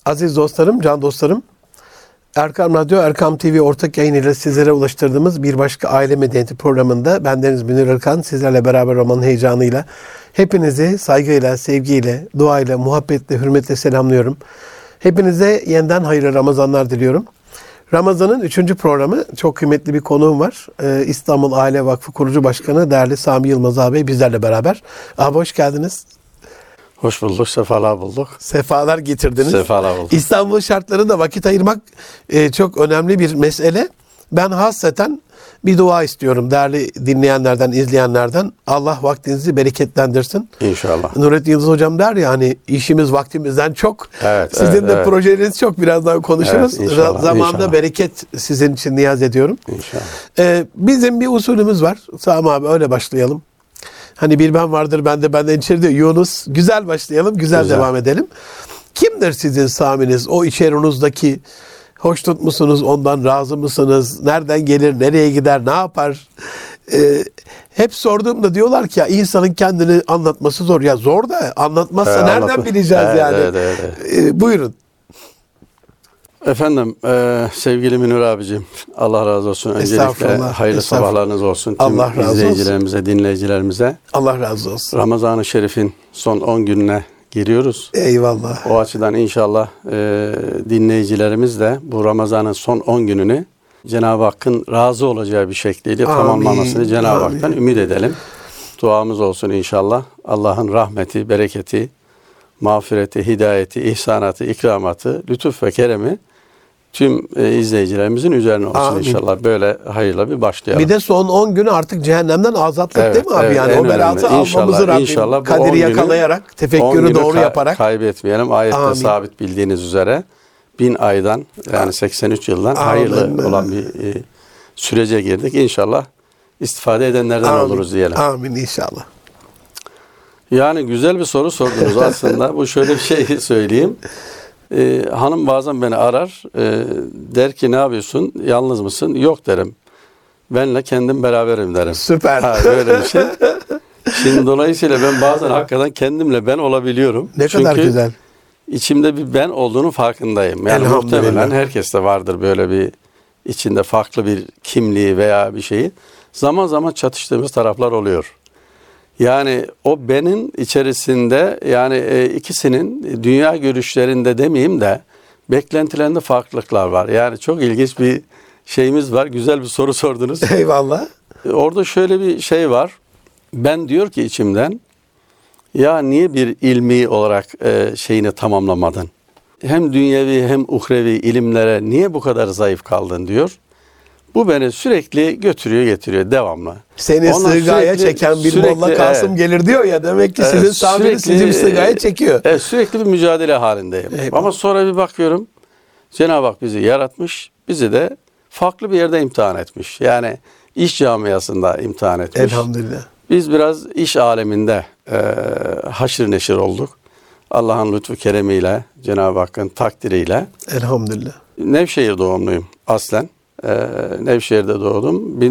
Aziz dostlarım, can dostlarım, Erkam Radyo, Erkam TV ortak yayın ile sizlere ulaştırdığımız bir başka Aile Medeniyeti programında bendeniz Münir Erkan sizlerle beraber olmanın heyecanıyla hepinizi saygıyla, sevgiyle, duayla, muhabbetle, hürmetle selamlıyorum. Hepinize yeniden hayırlı Ramazanlar diliyorum. Ramazan'ın 3. programı, çok kıymetli bir konuğum var. İstanbul Aile Vakfı Kurucu Başkanı değerli Sami Yılmaz abi bizlerle beraber. Abi hoş geldiniz. Hoş bulduk, sefalar bulduk. Sefalar getirdiniz. Sefalar bulduk. İstanbul şartlarında vakit ayırmak çok önemli bir mesele. Ben hasreten bir dua istiyorum değerli dinleyenlerden, izleyenlerden. Allah vaktinizi bereketlendirsin. İnşallah. Nurettin Yıldız hocam der ya hani işimiz vaktimizden çok. Evet, Sizin de evet. projeleriniz çok. Birazdan konuşuruz. Evet, inşallah, Zamanında inşallah. bereket sizin için niyaz ediyorum. İnşallah. Bizim bir usulümüz var. Sami abi öyle başlayalım. Hani bir ben vardır benden içeri diyor. Yunus güzel başlayalım, güzel devam edelim. Kimdir sizin Sami'niz? O içeriğinizdeki hoşnut musunuz? Ondan razı mısınız? Nereden gelir? Nereye gider? Ne yapar? Hep sorduğumda diyorlar ki ya insanın kendini anlatması zor. Ya zor da anlatmazsa nereden bileceğiz yani? Evet. Buyurun. Efendim, sevgili Münir abicim, Allah razı olsun. Öncelikle hayırlı sabahlarınız olsun. Tüm Allah razı izleyicilerimize, olsun. dinleyicilerimize. Allah razı olsun. Ramazan-ı Şerif'in son 10 gününe giriyoruz. Eyvallah. O açıdan inşallah dinleyicilerimiz de bu Ramazan'ın son 10 gününü Cenab-ı Hakk'ın razı olacağı bir şekliyle tamamlamasını Cenab-ı Hak'tan ümit edelim. Duamız olsun inşallah. Allah'ın rahmeti, bereketi, mağfireti, hidayeti, ihsanatı, ikramatı, lütuf ve keremi tüm izleyicilerimizin üzerine olsun inşallah. Böyle hayırla bir başlayalım. Bir de son 10 günü artık cehennemden azatlık değil mi abi? Yani o beratı almamızı Rabbim kaderi yakalayarak, tefekkürü doğru yaparak. Kaybetmeyelim. Ayette sabit bildiğiniz üzere 1000 aydan yani 83 yıldan hayırlı olan bir sürece girdik. İnşallah istifade edenlerden oluruz diyelim. Amin inşallah. Yani güzel bir soru sordunuz aslında. Bu şöyle bir şey söyleyeyim. Hanım bazen beni arar. Der ki ne yapıyorsun? Yalnız mısın? Yok derim. Benle kendim beraberim derim. Süper. Böyle bir şey. Şimdi dolayısıyla ben bazen hakikaten kendimle ben olabiliyorum. Ne kadar güzel. İçimde bir ben olduğunu farkındayım. Yani muhtemelen herkeste vardır böyle bir içinde farklı bir kimliği veya bir şeyi. Zaman zaman çatıştığımız taraflar oluyor. Yani o benin içerisinde yani ikisinin dünya görüşlerinde demeyeyim de beklentilerinde farklılıklar var. Yani çok ilginç bir şeyimiz var. Güzel bir soru sordunuz. Eyvallah. Orada şöyle bir şey var. Ben diyor ki içimden ya niye bir ilmi olarak şeyini tamamlamadın? Hem dünyevi hem uhrevi ilimlere niye bu kadar zayıf kaldın diyor. Bu beni sürekli götürüyor getiriyor devamlı. Seni sığgaya çeken bir Molla Kasım gelir diyor ya demek ki sizin Sami'niz sizi bir sığgaya çekiyor. Sürekli bir mücadele halindeyim. Eyvallah. Ama sonra bir bakıyorum Cenab-ı Hak bizi yaratmış, bizi de farklı bir yerde imtihan etmiş. Yani iş camiasında imtihan etmiş. Elhamdülillah. Biz biraz iş aleminde haşır neşir olduk. Allah'ın lütfu keremiyle, Cenab-ı Hakk'ın takdiriyle. Elhamdülillah. Nevşehir doğumluyum aslen. Nevşehir'de doğdum.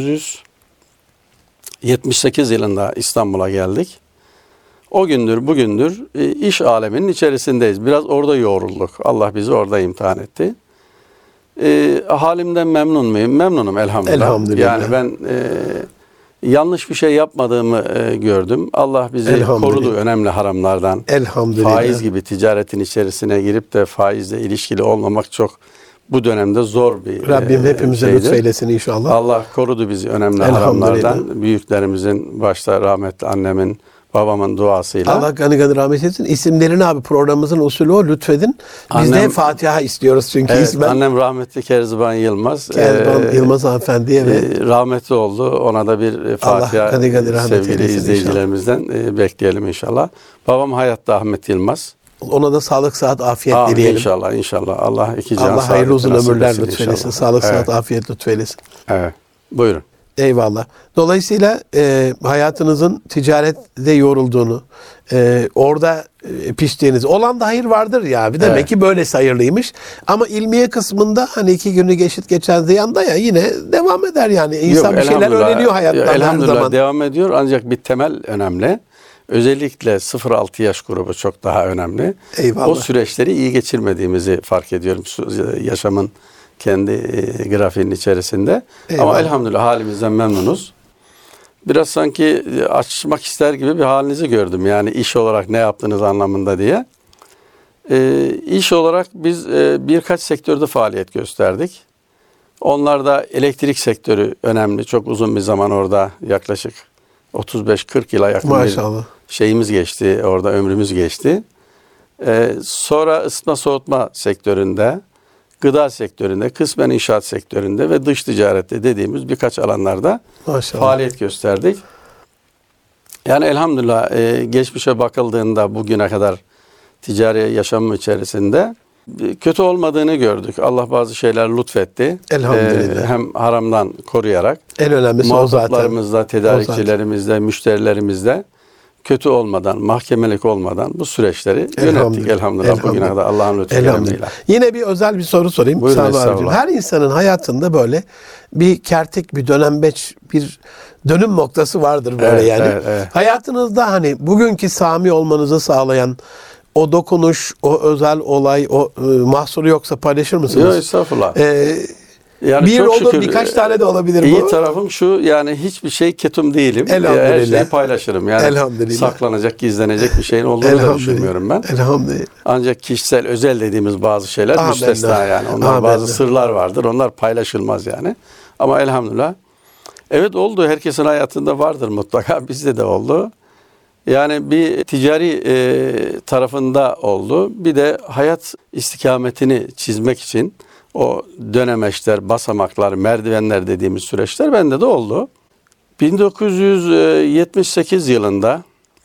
1978 yılında İstanbul'a geldik. O gündür bugündür iş aleminin içerisindeyiz. Biraz orada yoğrulduk. Allah bizi orada imtihan etti. Halimden memnun muyum? Memnunum elhamdülillah. Elhamdülillah. Yani ben yanlış bir şey yapmadığımı gördüm. Allah bizi korudu önemli haramlardan. Elhamdülillah. Faiz gibi ticaretin içerisine girip de faizle ilişkili olmamak çok bu dönemde zor bir Rabbim hepimize lütfeylesin inşallah. Allah korudu bizi önemli haramlardan. Büyüklerimizin başta rahmetli annemin, babamın duasıyla. Allah gani rahmet etsin. İsimlerini abi programımızın usulü o lütfedin. Biz de Fatiha istiyoruz çünkü ismen. Annem rahmetli Kerziban Yılmaz. Kerziban Yılmaz hanımefendiye rahmetli oldu. Ona da bir Fatiha sevgili izleyicilerimizden bekleyelim inşallah. Babam hayatta Ahmet Yılmaz. Ona da sağlık, sıhhat, afiyet dileyelim. İnşallah. Allah iki can Allah hayırlı uzun ömürler lütfeylesin. Sağlık, sıhhat, afiyet lütfeylesin. Evet. Buyurun. Eyvallah. Dolayısıyla hayatınızın ticarette yorulduğunu, orada piştiğiniz olan da hayır vardır ya. Bir demek ki böyle hayırlıymış. Ama ilmiye kısmında hani 2 günü geçen ziyanda ya yine devam eder yani. İnsan bir şeyler öğreniyor hayattan her zaman. Elhamdülillah devam ediyor ancak bir temel önemli. Özellikle 0-6 yaş grubu çok daha önemli. Eyvallah. O süreçleri iyi geçirmediğimizi fark ediyorum yaşamın kendi grafiğinin içerisinde. Eyvallah. Ama elhamdülillah halimizden memnunuz. Biraz sanki açmak ister gibi bir halinizi gördüm. Yani iş olarak ne yaptığınız anlamında diye. İş olarak biz birkaç sektörde faaliyet gösterdik. Onlarda elektrik sektörü önemli. Çok uzun bir zaman orada yaklaşık 35-40 yıla yakın Maşallah. bir şeyimiz geçti. Orada ömrümüz geçti. Sonra ısıtma soğutma sektöründe, gıda sektöründe, kısmen inşaat sektöründe ve dış ticarette dediğimiz birkaç alanlarda Maşallah. faaliyet gösterdik. Yani elhamdülillah geçmişe bakıldığında bugüne kadar ticari yaşamım içerisinde kötü olmadığını gördük. Allah bazı şeyler lütfetti. Elhamdülillah. Hem haramdan koruyarak. En önemlisi o zaten. Muhataplarımızda, tedarikçilerimizde, müşterilerimizde kötü olmadan, mahkemelik olmadan bu süreçleri yönettik elhamdülillah bugüne kadar Allah'ın lütfu keremiyle. Yine bir özel bir soru sorayım. Buyurun, her insanın hayatında böyle bir kertek, bir dönembeç, bir dönüm noktası vardır böyle Evet, yani. evet. Hayatınızda hani bugünkü Sami olmanızı sağlayan o dokunuş, o özel olay, o mahsuru yoksa paylaşır mısınız? Yok estağfurullah. Yani Bir çok olur, şükür, birkaç tane de olabilir bu. İyi tarafım şu, yani hiçbir şey ketum değilim. Elhamdülillah. Her şeyi paylaşırım. Yani Elhamdülillah. saklanacak, gizlenecek bir şeyin olduğunu da düşünmüyorum ben. Elhamdülillah. Ancak kişisel, özel dediğimiz bazı şeyler Amenna. müstesna yani. Onlar Amenna. bazı sırlar vardır. Onlar paylaşılmaz yani. Ama elhamdülillah. Evet oldu. Herkesin hayatında vardır mutlaka. Bizde de oldu. Yani bir ticari tarafında oldu. Bir de hayat istikametini çizmek için o dönemeçler, basamaklar, merdivenler dediğimiz süreçler bende de oldu. 1978 yılında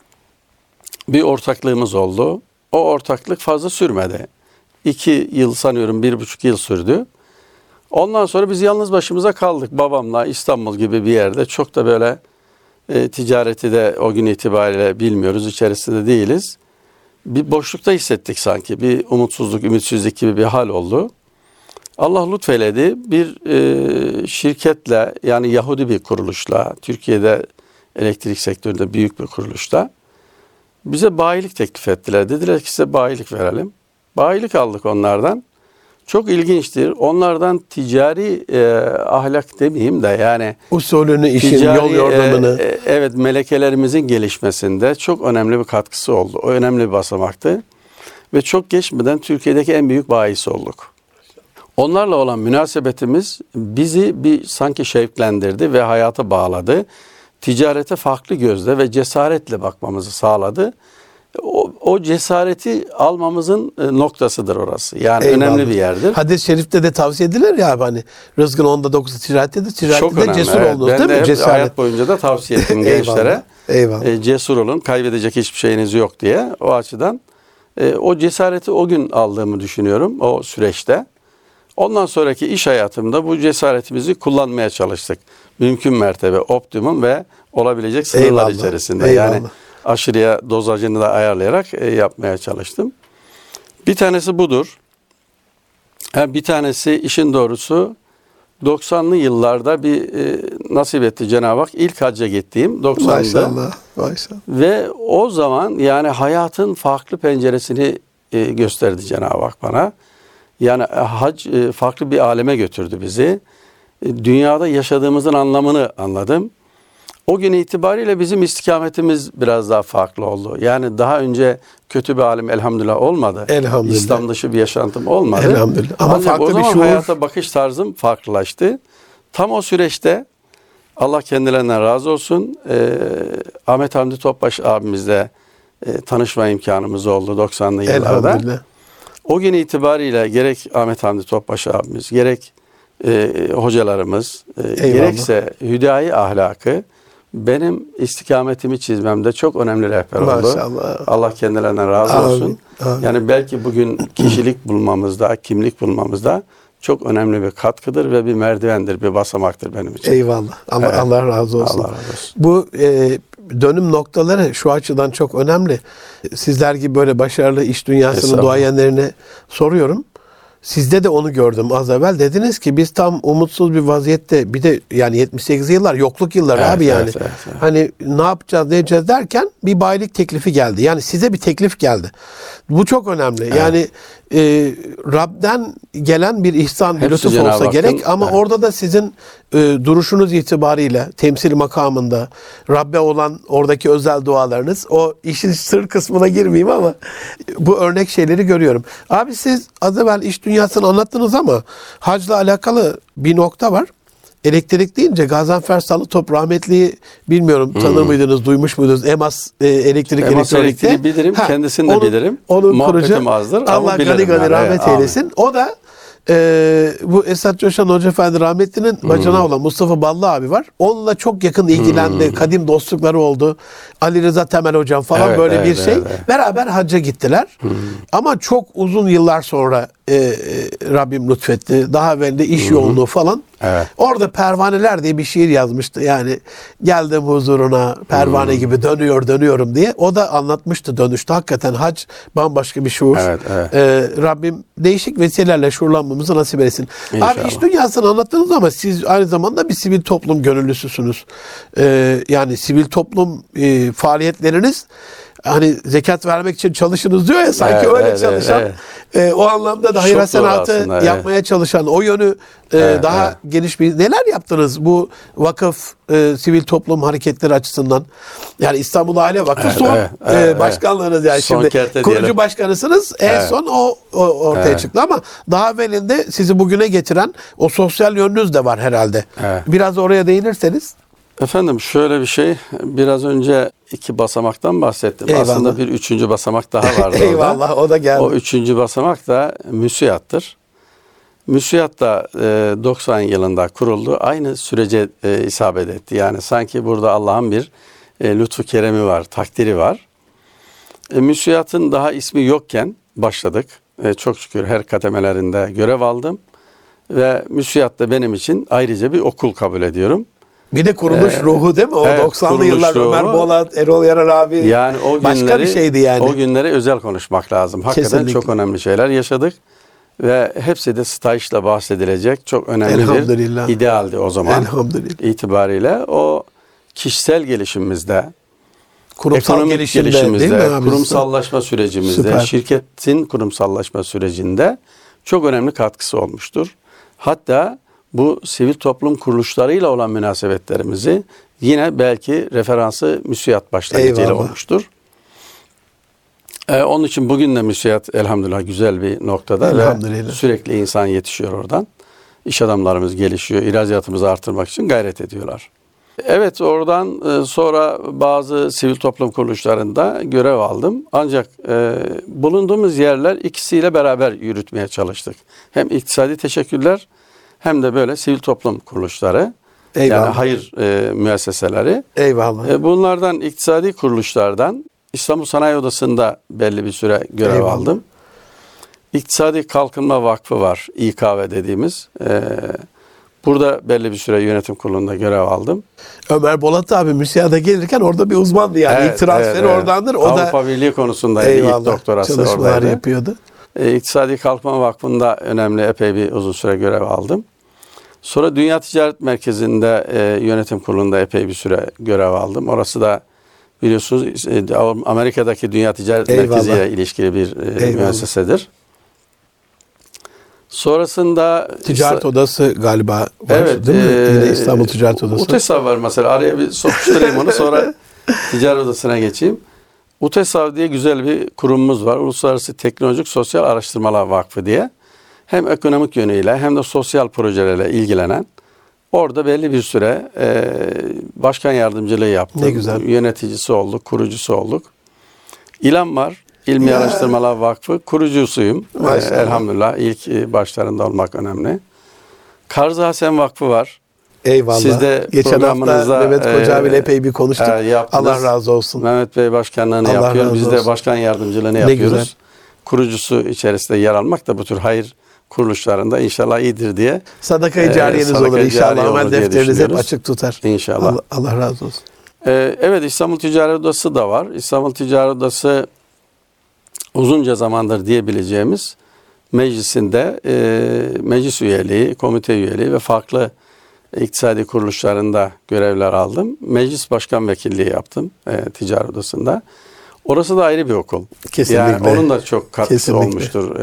bir ortaklığımız oldu. O ortaklık fazla sürmedi. 2 yıl sanıyorum, 1,5 yıl sürdü. Ondan sonra biz yalnız başımıza kaldık babamla İstanbul gibi bir yerde. Çok da böyle ticareti de o gün itibariyle bilmiyoruz, içerisinde değiliz. Bir boşlukta hissettik sanki. Bir umutsuzluk, ümitsizlik gibi bir hal oldu. Allah lütfeyledi. Bir şirketle, yani Yahudi bir kuruluşla, Türkiye'de elektrik sektöründe büyük bir kuruluşla bize bayilik teklif ettiler. Dediler ki size bayilik verelim. Bayilik aldık onlardan. Çok ilginçtir. Onlardan ticari ahlak demeyeyim de yani usulünü, işin, yol yordamını. Evet, melekelerimizin gelişmesinde çok önemli bir katkısı oldu. O önemli bir basamaktı. Ve çok geçmeden Türkiye'deki en büyük bayisi olduk. Onlarla olan münasebetimiz bizi bir sanki şevklendirdi ve hayata bağladı. Ticarete farklı gözle ve cesaretle bakmamızı sağladı. O cesareti almamızın noktasıdır orası. Yani Eyvallah. Önemli bir yerdir. Hadis-i şerifte de tavsiye edilir ya hani rızkın 9'u ticarette de Çok önemli. cesur Evet. olunuz Ben değil de mi? hep Cesaret. hayat boyunca da tavsiye ettim gençlere. Eyvallah. Cesur olun, kaybedecek hiçbir şeyiniz yok diye. O açıdan o cesareti o gün aldığımı düşünüyorum o süreçte. Ondan sonraki iş hayatımda bu cesaretimizi kullanmaya çalıştık. Mümkün mertebe optimum ve olabilecek sınırlar Eyvallah. içerisinde. Eyvallah. Yani aşırıya dozajını da ayarlayarak yapmaya çalıştım. Bir tanesi budur. Bir tanesi işin doğrusu 90'lı yıllarda bir nasip etti Cenab-ı Hak. İlk hacca gittiğim 90'dı. Maşallah. Maşallah. Ve o zaman yani hayatın farklı penceresini gösterdi Cenab-ı Hak bana. Yani hac farklı bir aleme götürdü bizi. Dünyada yaşadığımızın anlamını anladım. O gün itibariyle bizim istikametimiz biraz daha farklı oldu. Yani daha önce kötü bir alim elhamdülillah olmadı. Elhamdülillah. İslam dışı bir yaşantım olmadı. Elhamdülillah. Ama ancak farklı o zaman bir şuur. hayata bakış tarzım farklılaştı. Tam o süreçte Allah kendilerinden razı olsun. Ahmet Hamdi Topbaş abimizle tanışma imkanımız oldu 90'lı yıllarda. Elhamdülillah. O gün itibariyle gerek Ahmet Hamdi Topbaş abimiz, gerek hocalarımız, gerekse hüdayi ahlakı benim istikametimi çizmemde çok önemli rehber oldu. Maşallah. Allah kendilerinden razı Amin. olsun. Amin. Yani belki bugün kişilik bulmamızda, kimlik bulmamızda çok önemli bir katkıdır ve bir merdivendir, bir basamaktır benim için. Eyvallah. Allah razı olsun. Allah razı olsun. Bu dönüm noktaları şu açıdan çok önemli. Sizler gibi böyle başarılı iş dünyasının Estağfurullah. duayenlerine soruyorum. Sizde de onu gördüm az evvel. Dediniz ki biz tam umutsuz bir vaziyette, bir de yani 78 yıllar yokluk yılları Evet, abi yani. evet. Hani ne yapacağız, ne edeceğiz derken bir bayilik teklifi geldi. Yani size bir teklif geldi. Bu çok önemli. Evet. Yani Rab'den gelen bir ihsan, bir Hepsi lütuf Cenab-ı olsa Hakk'ın, gerek ama evet. orada da sizin duruşunuz itibariyle temsil makamında Rabbe olan oradaki özel dualarınız, o işin sır kısmına girmeyeyim ama bu örnek şeyleri görüyorum. Abi siz az evvel iş dünyasını anlattınız ama hacla alakalı bir nokta var. Elektrik deyince Gazanfer Salıtop rahmetliyi bilmiyorum tanır mıydınız, duymuş muydunuz? EMAS elektrik Emas elektronikte. Elektriği bilirim, kendisini de bilirim. Onun Muhabbetim kurucu, azdır ama Allah gani bilirim gani yani. rahmet Amin. eylesin. O da bu Esat Coşan Hoca Efendi rahmetlinin bacanağı olan Mustafa Ballı abi var. Onunla çok yakın ilgilendi. Kadim dostlukları oldu. Ali Rıza Temel hocam falan Evet, böyle evet, bir şey. evet. Beraber hacca gittiler. Ama çok uzun yıllar sonra Rabbim lütfetti. Daha evvel de iş yoğunluğu falan. Evet. Orada Pervaneler diye bir şiir yazmıştı. Yani geldim huzuruna pervane gibi dönüyorum diye. O da anlatmıştı dönüşte. Hakikaten hac bambaşka bir şuur. Evet, evet. Rabbim değişik vesilelerle şuurlanmamızı nasip etsin. İnşallah. Abi iş dünyasını anlattınız ama siz aynı zamanda bir sivil toplum gönüllüsüsünüz. Yani sivil toplum faaliyetleriniz, hani zekat vermek için çalışınız diyor ya, sanki Evet, öyle evet, çalışan, o anlamda da hayır Çok doğru hasenatı aslında, evet. yapmaya çalışan, o yönü daha geniş bir, neler yaptınız bu vakıf, sivil toplum hareketleri açısından? Yani İstanbul Aile Vakfı son başkanlığınız yani, Son şimdi kerte kurucu diyelim. başkanısınız, en son o ortaya çıktı ama daha evvelinde sizi bugüne getiren o sosyal yönünüz de var herhalde. Evet. Biraz oraya değinirseniz. Efendim şöyle bir şey, biraz önce 2 basamaktan bahsettim. Eyvallah. Aslında bir 3. basamak daha vardı orada. Eyvallah, o da geldi. O 3. basamak da müsiyattır. Müsiyat da 90 yılında kuruldu. Aynı sürece isabet etti. Yani sanki burada Allah'ın bir lütfu keremi var, takdiri var. Müsiyatın daha ismi yokken başladık. Çok şükür her kademelerinde görev aldım. Ve müsiyat da benim için ayrıca bir okul kabul ediyorum. Bir de kuruluş ruhu değil mi? O evet, 90'lı kuruluş yıllar ruhu. Ömer Bolat, Erol Yarar abi. Yani o günleri, başka bir şeydi yani. O günleri özel konuşmak lazım. Hakikaten Kesinlikle. çok önemli şeyler yaşadık. Ve hepsi de stajla bahsedilecek çok önemli Elhamdülillah. bir idealdi o zaman Elhamdülillah. itibariyle. O kişisel gelişimimizde, Kurumsal ekonomik gelişimde değil mi gelişimimizde, abi? kurumsallaşma sürecimizde, Süper. şirketin kurumsallaşma sürecinde çok önemli katkısı olmuştur. Hatta bu sivil toplum kuruluşlarıyla olan münasebetlerimizi yine belki referansı müsiyat başlangıcıyla Eyvallah. olmuştur. Onun için bugün de müsiyat elhamdülillah güzel bir noktada Elhamdülillah. ve sürekli insan yetişiyor oradan. İş adamlarımız gelişiyor, ihracatımızı artırmak için gayret ediyorlar. Evet, oradan sonra bazı sivil toplum kuruluşlarında görev aldım. Ancak bulunduğumuz yerler ikisiyle beraber yürütmeye çalıştık. Hem iktisadi teşekküller hem de böyle sivil toplum kuruluşları. Eyvallah. Yani hayır müesseseleri. Eyvallah. Bunlardan, iktisadi kuruluşlardan İstanbul Sanayi Odası'nda belli bir süre görev Eyvallah. aldım. İktisadi Kalkınma Vakfı var, İKV dediğimiz. Burada belli bir süre yönetim kurulunda görev aldım. Ömer Bolat abi müsiyada gelirken orada bir uzmandı yani. İlk transferi oradandır. O Avrupa da Birliği konusundaydı. İlk doktorası çalışmalar oradaydı. yapıyordu. İktisadi Kalkınma Vakfı'nda önemli, epey bir uzun süre görev aldım. Sonra Dünya Ticaret Merkezi'nde yönetim kurulunda epey bir süre görev aldım. Orası da biliyorsunuz Amerika'daki Dünya Ticaret Merkezi ile ilişkili bir müessesedir. Sonrasında Ticaret Odası galiba var, evet, değil mi? Yine İstanbul Ticaret Odası. UTESAV var mesela. Araya bir sokuşturayım onu, sonra Ticaret Odası'na geçeyim. UTESAV diye güzel bir kurumumuz var. Uluslararası Teknolojik Sosyal Araştırmalar Vakfı diye. Hem ekonomik yönüyle hem de sosyal projelerle ilgilenen. Orada belli bir süre başkan yardımcılığı yaptım. Ne güzel. Yöneticisi olduk, kurucusu olduk. İLAM var. İlmi Araştırmalar Vakfı. Kurucusuyum. Elhamdülillah. İlk başlarında olmak önemli. Karz Hasen Vakfı var. Eyvallah. Siz de geçen hafta Mehmet Koca abiyle epey bir konuştuk. Allah razı olsun. Mehmet Bey başkanlığını Allah yapıyor. razı Biz de olsun. başkan yardımcılığını Ne yapıyoruz. güzel. Kurucusu içerisinde yer almak da bu tür hayır kuruluşlarında inşallah iyidir diye. Sadaka-i cariyeniz sadaka-i olur inşallah. cariye Amel olur diye defteriniz hep düşünüyoruz. açık tutar. İnşallah. Allah razı olsun. Evet, İstanbul Ticaret Odası da var. İstanbul Ticaret Odası uzunca zamandır diyebileceğimiz meclisinde meclis üyeliği, komite üyeliği ve farklı iktisadi kuruluşlarında görevler aldım. Meclis başkan vekilliği yaptım ticaret odasında. Orası da ayrı bir okul. Kesinlikle. Yani onun da çok katkısı Kesinlikle. olmuştur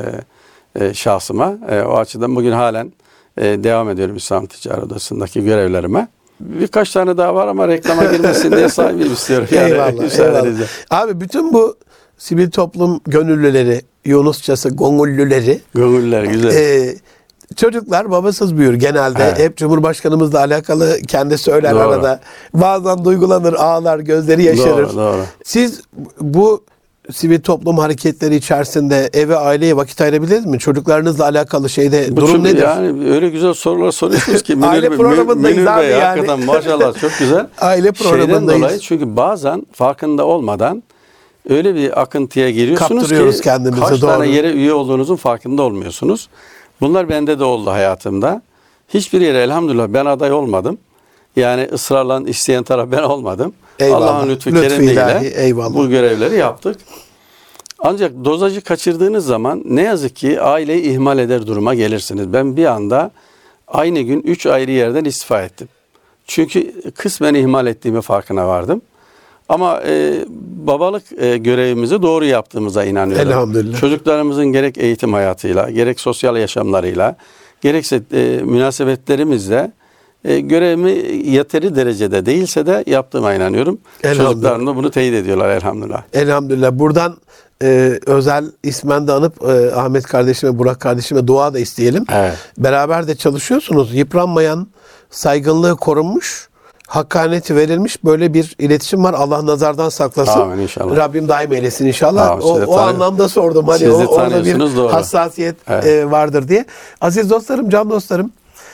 şahsıma. O açıdan bugün halen devam ediyorum İslam Ticaret Odası'ndaki görevlerime. Birkaç tane daha var ama reklama girmesin diye sahibim istiyorum. Yani, eyvallah, eyvallah. Abi bütün bu sivil toplum gönüllüleri, Yunusçası gönüllüleri, gönüllüler güzel. Çocuklar babasız büyür genelde. Evet. Hep Cumhurbaşkanımızla alakalı kendi söyler Doğru. arada. Bazen duygulanır, ağlar, gözleri yaşarır. Doğru, doğru. Siz bu sivil toplum hareketleri içerisinde eve, aileye vakit ayırabildiniz mi? Çocuklarınızla alakalı şeyde durum nedir? Yani öyle güzel sorular soruyorsunuz ki. Aile programındayız Münir abi Bey, yani. hakikaten maşallah çok güzel. Aile programındayız. Şeyden dolayı, çünkü bazen farkında olmadan öyle bir akıntıya giriyorsunuz Kaptırıyoruz ki kendimizi, kaç doğru. tane yere üye olduğunuzun farkında olmuyorsunuz. Bunlar bende de oldu hayatımda. Hiçbir yere elhamdülillah ben aday olmadım. Yani ısrarla isteyen taraf ben olmadım. Eyvallah. Allah'ın lütfu Lütfu keremiyle ilahi, eyvallah. bu görevleri yaptık. Ancak dozajı kaçırdığınız zaman ne yazık ki aileyi ihmal eder duruma gelirsiniz. Ben bir anda aynı gün 3 ayrı yerden istifa ettim. Çünkü kısmen ihmal ettiğimi farkına vardım. Ama babalık görevimizi doğru yaptığımıza inanıyorum. Elhamdülillah. Çocuklarımızın gerek eğitim hayatıyla, gerek sosyal yaşamlarıyla, gerekse münasebetlerimizle görevimi yeteri derecede değilse de yaptığıma inanıyorum. Elhamdülillah. Çocuklarım da bunu teyit ediyorlar elhamdülillah. Elhamdülillah. Buradan özel ismen de anıp Ahmet kardeşime, Burak kardeşime dua da isteyelim. Evet. Beraber de çalışıyorsunuz. Yıpranmayan, saygınlığı korunmuş, hakkaniyeti verilmiş böyle bir iletişim var. Allah nazardan saklasın. Amin inşallah. Rabbim daim eylesin inşallah. Amin. O anlamda sordum. Hani Siz de orada bir tanıyorsunuz, doğru. hassasiyet Evet. vardır diye. Aziz dostlarım, can dostlarım,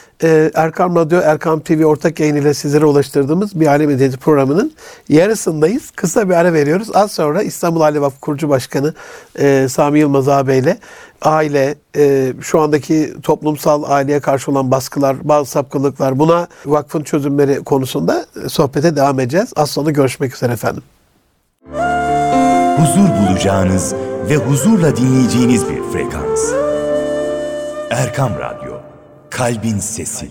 Erkam Radyo, Erkam TV ortak yayınıyla sizlere ulaştırdığımız bir aile medeniyeti programının yarısındayız. Kısa bir ara veriyoruz. Az sonra İstanbul Aile Vakfı Kurucu Başkanı Sami Yılmaz ağabeyle aile, şu andaki toplumsal aileye karşı olan baskılar, bazı sapkınlıklar, buna vakfın çözümleri konusunda sohbete devam edeceğiz. Az sonra görüşmek üzere efendim. Huzur bulacağınız ve huzurla dinleyeceğiniz bir frekans. Erkam Radyo, Kalbin Sesi.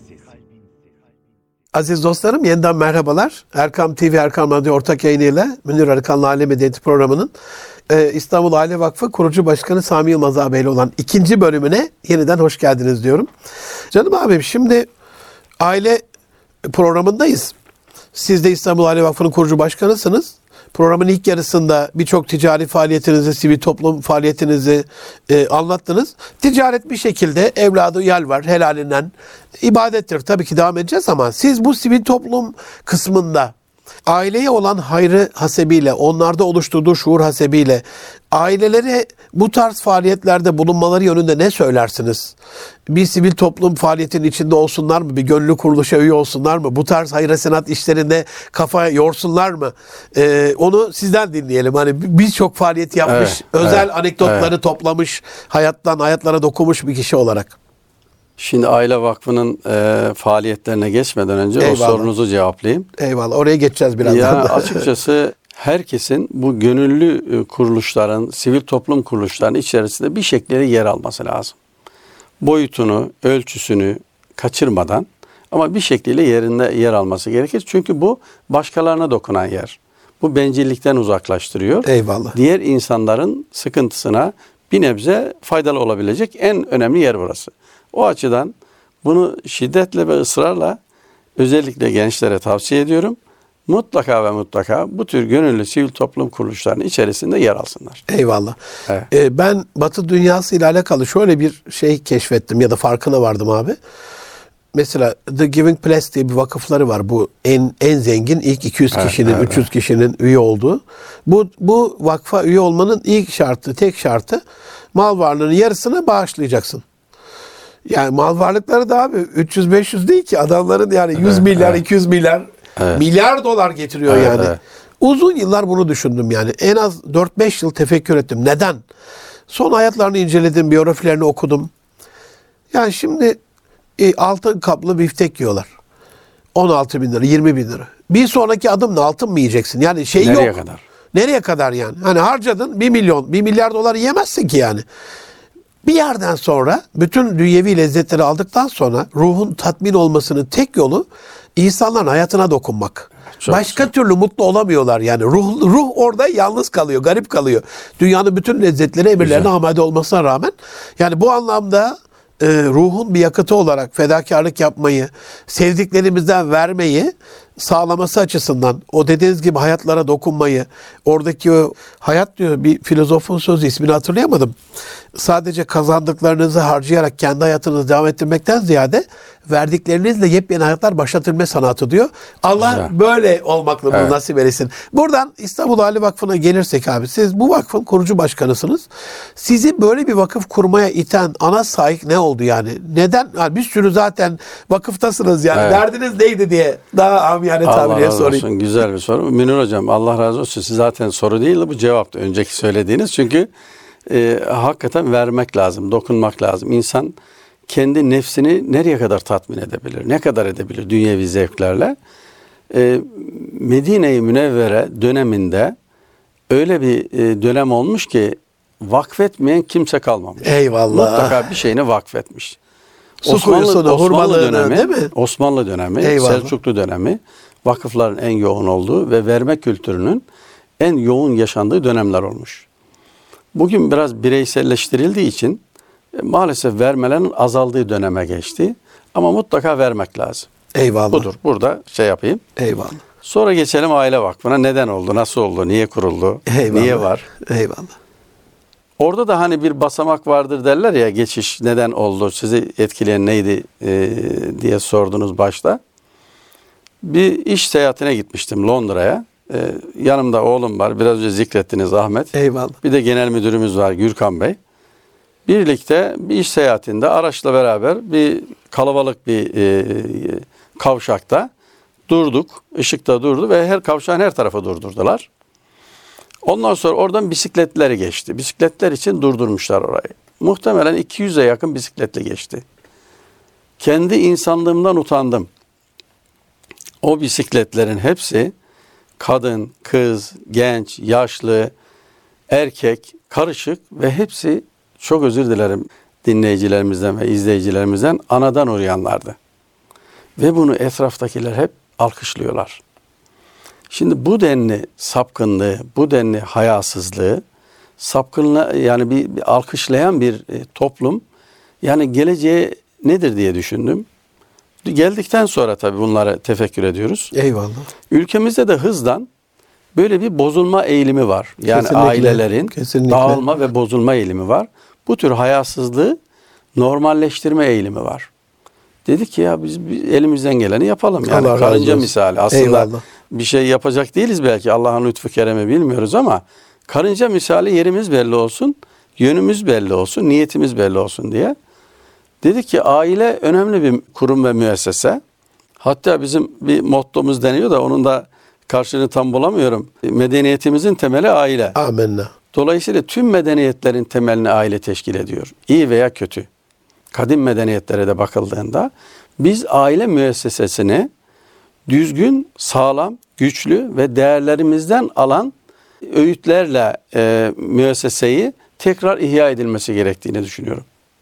Aziz dostlarım, yeniden merhabalar. Erkam TV, Erkam Radyo ortak yayınıyla Münir Arıkan'la Aile Medeniyeti programının İstanbul Aile Vakfı Kurucu Başkanı Sami Yılmaz ağabeyle olan ikinci bölümüne yeniden hoş geldiniz diyorum. Canım abim, şimdi aile programındayız. Siz de İstanbul Aile Vakfı'nın kurucu başkanısınız. Programın ilk yarısında birçok ticari faaliyetinizi, sivil toplum faaliyetinizi anlattınız. Ticaret bir şekilde evladı yal var, helalinden ibadettir. Tabii ki devam edeceğiz ama siz bu sivil toplum kısmında aileye olan hayrı hasebiyle, onlarda oluşturduğu şuur hasebiyle ailelere bu tarz faaliyetlerde bulunmaları yönünde ne söylersiniz? Bir sivil toplum faaliyetinin içinde olsunlar mı? Bir gönüllü kuruluşa üye olsunlar mı? Bu tarz hayır hasenat işlerinde kafa yorsunlar mı? Onu sizden dinleyelim. Hani birçok faaliyet yapmış, Evet, özel anekdotları toplamış, hayatlara dokunmuş bir kişi olarak. Şimdi Aile Vakfı'nın faaliyetlerine geçmeden önce Eyvallah. o sorunuzu cevaplayayım. Eyvallah. Oraya geçeceğiz birazdan. Yani açıkçası herkesin bu gönüllü kuruluşların, sivil toplum kuruluşlarının içerisinde bir şekilde yer alması lazım. Boyutunu, ölçüsünü kaçırmadan ama bir şekilde yerinde yer alması gerekir. Çünkü bu başkalarına dokunan yer. Bu bencillikten uzaklaştırıyor. Eyvallah. Diğer insanların sıkıntısına bir nebze faydalı olabilecek en önemli yer burası. O açıdan bunu şiddetle ve ısrarla özellikle gençlere tavsiye ediyorum. Mutlaka ve mutlaka bu tür gönüllü sivil toplum kuruluşlarının içerisinde yer alsınlar. Eyvallah. Evet. Ben Batı dünyası ile alakalı şöyle bir şey keşfettim ya da farkına vardım abi. Mesela The Giving Place diye bir vakıfları var. Bu en zengin ilk 200 kişinin, 300 kişinin üye olduğu. Bu vakfa üye olmanın ilk şartı, tek şartı mal varlığının yarısını bağışlayacaksın. Yani mal varlıkları da abi 300-500 değil ki, adamların yani 100 milyar, 200 milyar, milyar dolar getiriyor yani. Evet. Uzun yıllar bunu düşündüm yani. En az 4-5 yıl tefekkür ettim. Neden? Son hayatlarını inceledim, biyografilerini okudum. Yani şimdi altın kaplı biftek yiyorlar. 16 bin lira, 20 bin lira. Bir sonraki adım ne, altın mı yiyeceksin? Yani şey Nereye yok. kadar? Nereye kadar yani? Hani harcadın 1 milyon, 1 milyar dolar yiyemezsin ki yani. Bir yerden sonra bütün dünyevi lezzetleri aldıktan sonra ruhun tatmin olmasının tek yolu insanların hayatına dokunmak. Başka türlü mutlu olamıyorlar yani. Ruh orada yalnız kalıyor, garip kalıyor. Dünyanın bütün lezzetleri emirlerine amade olmasına rağmen. Yani bu anlamda ruhun bir yakıtı olarak fedakarlık yapmayı, sevdiklerimizden vermeyi sağlaması açısından o dediğiniz gibi hayatlara dokunmayı, oradaki o hayat diyor bir filozofun sözü, ismini hatırlayamadım. Sadece kazandıklarınızı harcayarak kendi hayatınızı devam ettirmekten ziyade verdiklerinizle yepyeni hayatlar başlatılma sanatı diyor. Allah böyle olmakla bunu nasip eylesin. Buradan İstanbul Aile Vakfı'na gelirsek abi, siz bu vakfın kurucu başkanısınız. Sizi böyle bir vakıf kurmaya iten ana sahip ne oldu yani? Neden? Yani bir sürü zaten vakıftasınız yani. Derdiniz neydi diye daha amiyane tabiriyle sorayım. Olsun, güzel bir soru. Münir Hocam Allah razı olsun. Siz zaten soru değil de bu cevaptı önceki söylediğiniz. Çünkü hakikaten vermek lazım, dokunmak lazım. İnsan kendi nefsini nereye kadar tatmin edebilir? Ne kadar edebilir dünyevi zevklerle? Medine-i Münevvere döneminde öyle bir dönem olmuş ki vakfetmeyen kimse kalmamış. Eyvallah. Mutlaka bir şeyini vakfetmiş. Osmanlı dönemi, değil mi? Osmanlı dönemi, Eyvallah. Selçuklu dönemi vakıfların en yoğun olduğu ve verme kültürünün en yoğun yaşandığı dönemler olmuş. Bugün biraz bireyselleştirildiği için maalesef vermelerin azaldığı döneme geçti. Ama mutlaka vermek lazım. Eyvallah. Budur. Burada şey yapayım. Eyvallah. Sonra geçelim Aile Vakfı'na. Neden oldu? Nasıl oldu? Niye kuruldu? Eyvallah. Niye var? Eyvallah. Orada da hani bir basamak vardır derler ya, geçiş neden oldu? Sizi etkileyen neydi diye sordunuz başta. Bir iş seyahatine gitmiştim Londra'ya. Yanımda oğlum var. Biraz önce zikrettiniz Ahmet. Eyvallah. Bir de genel müdürümüz var Gürkan Bey. Birlikte bir iş seyahatinde araçla beraber bir kalabalık bir kavşakta durduk. Işıkta durdu ve her kavşağın her tarafı durdurdular. Ondan sonra oradan bisikletler geçti. Bisikletler için durdurmuşlar orayı. Muhtemelen 200'e yakın bisikletle geçti. Kendi insanlığımdan utandım. O bisikletlerin hepsi kadın, kız, genç, yaşlı, erkek, karışık ve hepsi, çok özür dilerim dinleyicilerimizden ve izleyicilerimizden, anadan uğrayanlardı. Ve bunu etraftakiler hep alkışlıyorlar. Şimdi bu denli sapkınlığı, bu denli hayasızlığı, sapkınlığı yani bir alkışlayan bir toplum, yani geleceği nedir diye düşündüm. Geldikten sonra tabii bunları tefekkür ediyoruz. Eyvallah. Ülkemizde de hızdan böyle bir bozulma eğilimi var. Yani Kesinlikle, ailelerin kesinlikle dağılma ve bozulma eğilimi var. Bu tür hayasızlığı normalleştirme eğilimi var. Dedik ki ya biz elimizden geleni yapalım. Yani Allah karınca misali. Aslında eyvallah, bir şey yapacak değiliz belki. Allah'ın lütfu keremi bilmiyoruz ama karınca misali yerimiz belli olsun, yönümüz belli olsun, niyetimiz belli olsun diye. Dedik ki aile önemli bir kurum ve müessese. Hatta bizim bir mottomuz deniyor da onun da karşılığını tam bulamıyorum. Medeniyetimizin temeli aile. amenna. Dolayısıyla tüm medeniyetlerin temelini aile teşkil ediyor. İyi veya kötü. Kadim medeniyetlere de bakıldığında biz aile müessesesini düzgün, sağlam, güçlü ve değerlerimizden alan öğütlerle müesseseyi tekrar ihya edilmesi gerektiğini düşünüyorum.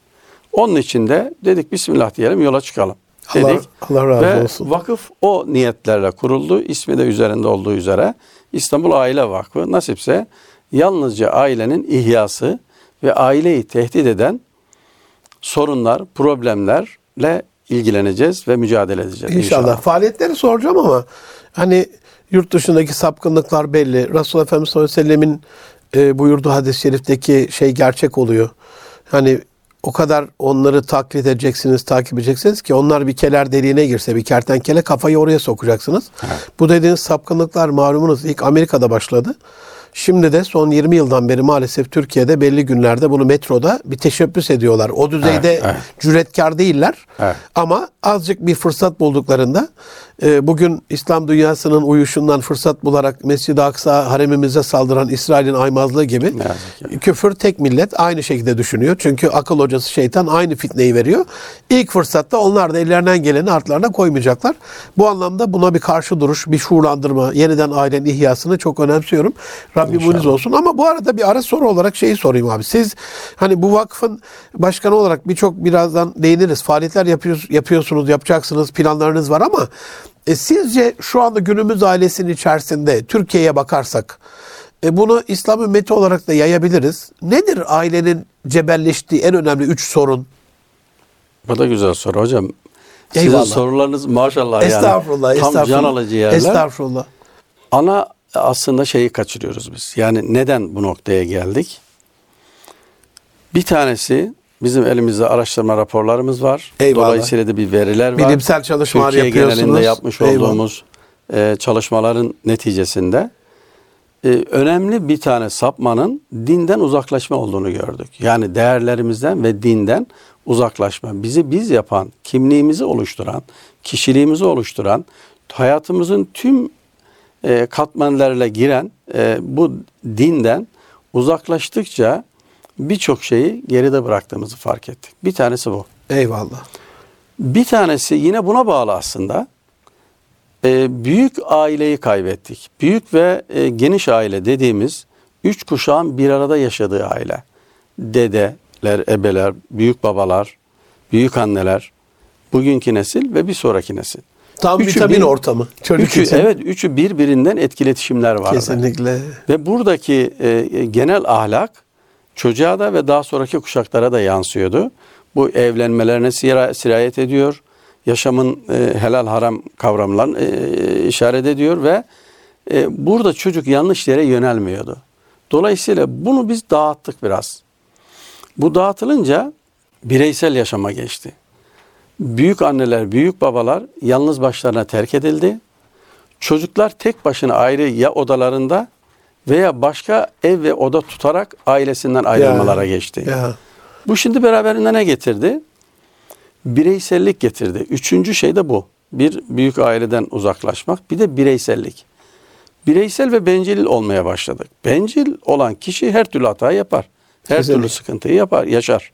Onun için de dedik bismillah diyelim, yola çıkalım dedik. Allah razı ve olsun. Vakıf o niyetlerle kuruldu. İsmi de üzerinde olduğu üzere İstanbul Aile Vakfı. Nasipse yalnızca ailenin ihyası ve aileyi tehdit eden sorunlar, problemlerle ilgileneceğiz ve mücadele edeceğiz. İnşallah. Faaliyetleri soracağım ama hani yurt dışındaki sapkınlıklar belli. Resulullah Efendimiz sallallahu aleyhi ve sellemin buyurduğu hadis-i şerifteki şey gerçek oluyor. Hani o kadar onları taklit edeceksiniz, takip edeceksiniz ki onlar bir keler deliğine girse, bir kertenkele, kafayı oraya sokacaksınız. Evet. Bu dediğiniz sapkınlıklar malumunuz ilk Amerika'da başladı. Şimdi de son 20 yıldan beri maalesef Türkiye'de belli günlerde bunu metroda bir teşebbüs ediyorlar. O düzeyde cüretkar değiller. Evet. Ama azıcık bir fırsat bulduklarında bugün İslam dünyasının uyuşundan fırsat bularak Mescid-i Aksa haremimize saldıran İsrail'in aymazlığı gibi küfür tek millet aynı şekilde düşünüyor. Çünkü akıl hocası şeytan aynı fitneyi veriyor. İlk fırsatta onlar da ellerinden geleni artlarına koymayacaklar. Bu anlamda buna bir karşı duruş, bir şuurlandırma, yeniden ailenin ihyasını çok önemsiyorum. Rabbim muniz olsun. Ama bu arada bir ara soru olarak şeyi sorayım abi. Siz hani bu vakfın başkanı olarak birazdan değiniriz. Faaliyetler yapıyorsunuz, yapacaksınız, planlarınız var ama sizce şu anda günümüz ailesinin içerisinde Türkiye'ye bakarsak bunu İslam ümmeti olarak da yayabiliriz. Nedir ailenin cebelleştiği en önemli 3 sorun? Bu da güzel soru hocam. Eyvallah. Sizin sorularınız maşallah Estağfurullah, yani tam can alıcı yerler. Estağfurullah. Ana aslında şeyi kaçırıyoruz biz. Yani neden bu noktaya geldik? Bir tanesi bizim elimizde araştırma raporlarımız var. Eyvallah. Dolayısıyla da bir veriler var. Bilimsel çalışmalar Türkiye yapıyorsunuz. genelinde yapmış Eyvallah. olduğumuz çalışmaların neticesinde önemli bir tane sapmanın dinden uzaklaşma olduğunu gördük. Yani değerlerimizden ve dinden uzaklaşma. Bizi biz yapan, kimliğimizi oluşturan, kişiliğimizi oluşturan, hayatımızın tüm katmanlarıyla giren bu dinden uzaklaştıkça birçok şeyi geride bıraktığımızı fark ettik. Bir tanesi bu. Eyvallah. Bir tanesi yine buna bağlı aslında. Büyük aileyi kaybettik. Büyük ve geniş aile dediğimiz 3 kuşağın bir arada yaşadığı aile. Dedeler, ebeler, büyük babalar, büyük anneler, bugünkü nesil ve bir sonraki nesil. Tam vitamin ortamı. Çocuk için. Evet, üçü birbirinden etkileşimler vardı. Kesinlikle. Ve buradaki genel ahlak çocuğa da ve daha sonraki kuşaklara da yansıyordu. Bu evlenmelerine sirayet ediyor. Yaşamın helal haram kavramlarını işaret ediyor ve burada çocuk yanlış yere yönelmiyordu. Dolayısıyla bunu biz dağıttık biraz. Bu dağıtılınca bireysel yaşama geçti. Büyük anneler, büyük babalar yalnız başlarına terk edildi. Çocuklar tek başına ayrı ya odalarında veya başka ev ve oda tutarak ailesinden ayrılmalara geçti. Ya. Bu şimdi beraberinde ne getirdi? Bireysellik getirdi. Üçüncü şey de bu. Bir, büyük aileden uzaklaşmak. Bir de bireysellik. Bireysel ve bencil olmaya başladık. Bencil olan kişi her türlü hata yapar. Her türlü sıkıntıyı yaşar.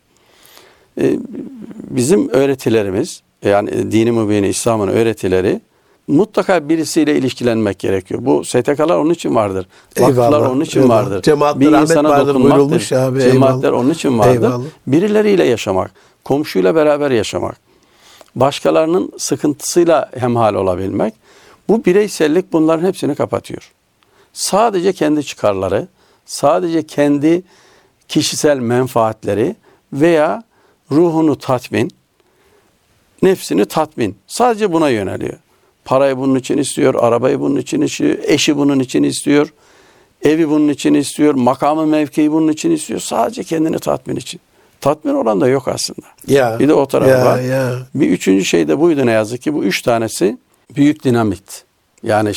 Bizim öğretilerimiz, yani dini mübini, İslam'ın öğretileri mutlaka birisiyle ilişkilenmek gerekiyor. Bu STK'lar onun için vardır. Vakıflar onun için vardır. Cemaatler bir insana dokunmaktır. Cemaatler onun için vardır. Eyvallah. Birileriyle yaşamak, komşuyla beraber yaşamak, başkalarının sıkıntısıyla hemhal olabilmek. Bu bireysellik bunların hepsini kapatıyor. Sadece kendi çıkarları, sadece kendi kişisel menfaatleri veya ruhunu tatmin, nefsini tatmin. Sadece buna yöneliyor. Parayı bunun için istiyor, arabayı bunun için istiyor, eşi bunun için istiyor, evi bunun için istiyor, makamı mevkii bunun için istiyor. Sadece kendini tatmin için. Tatmin olan da yok aslında. Ya, bir de o tarafı var. Ya. Bir üçüncü şey de buydu ne yazık ki. Bu 3 tanesi büyük dinamit. Yani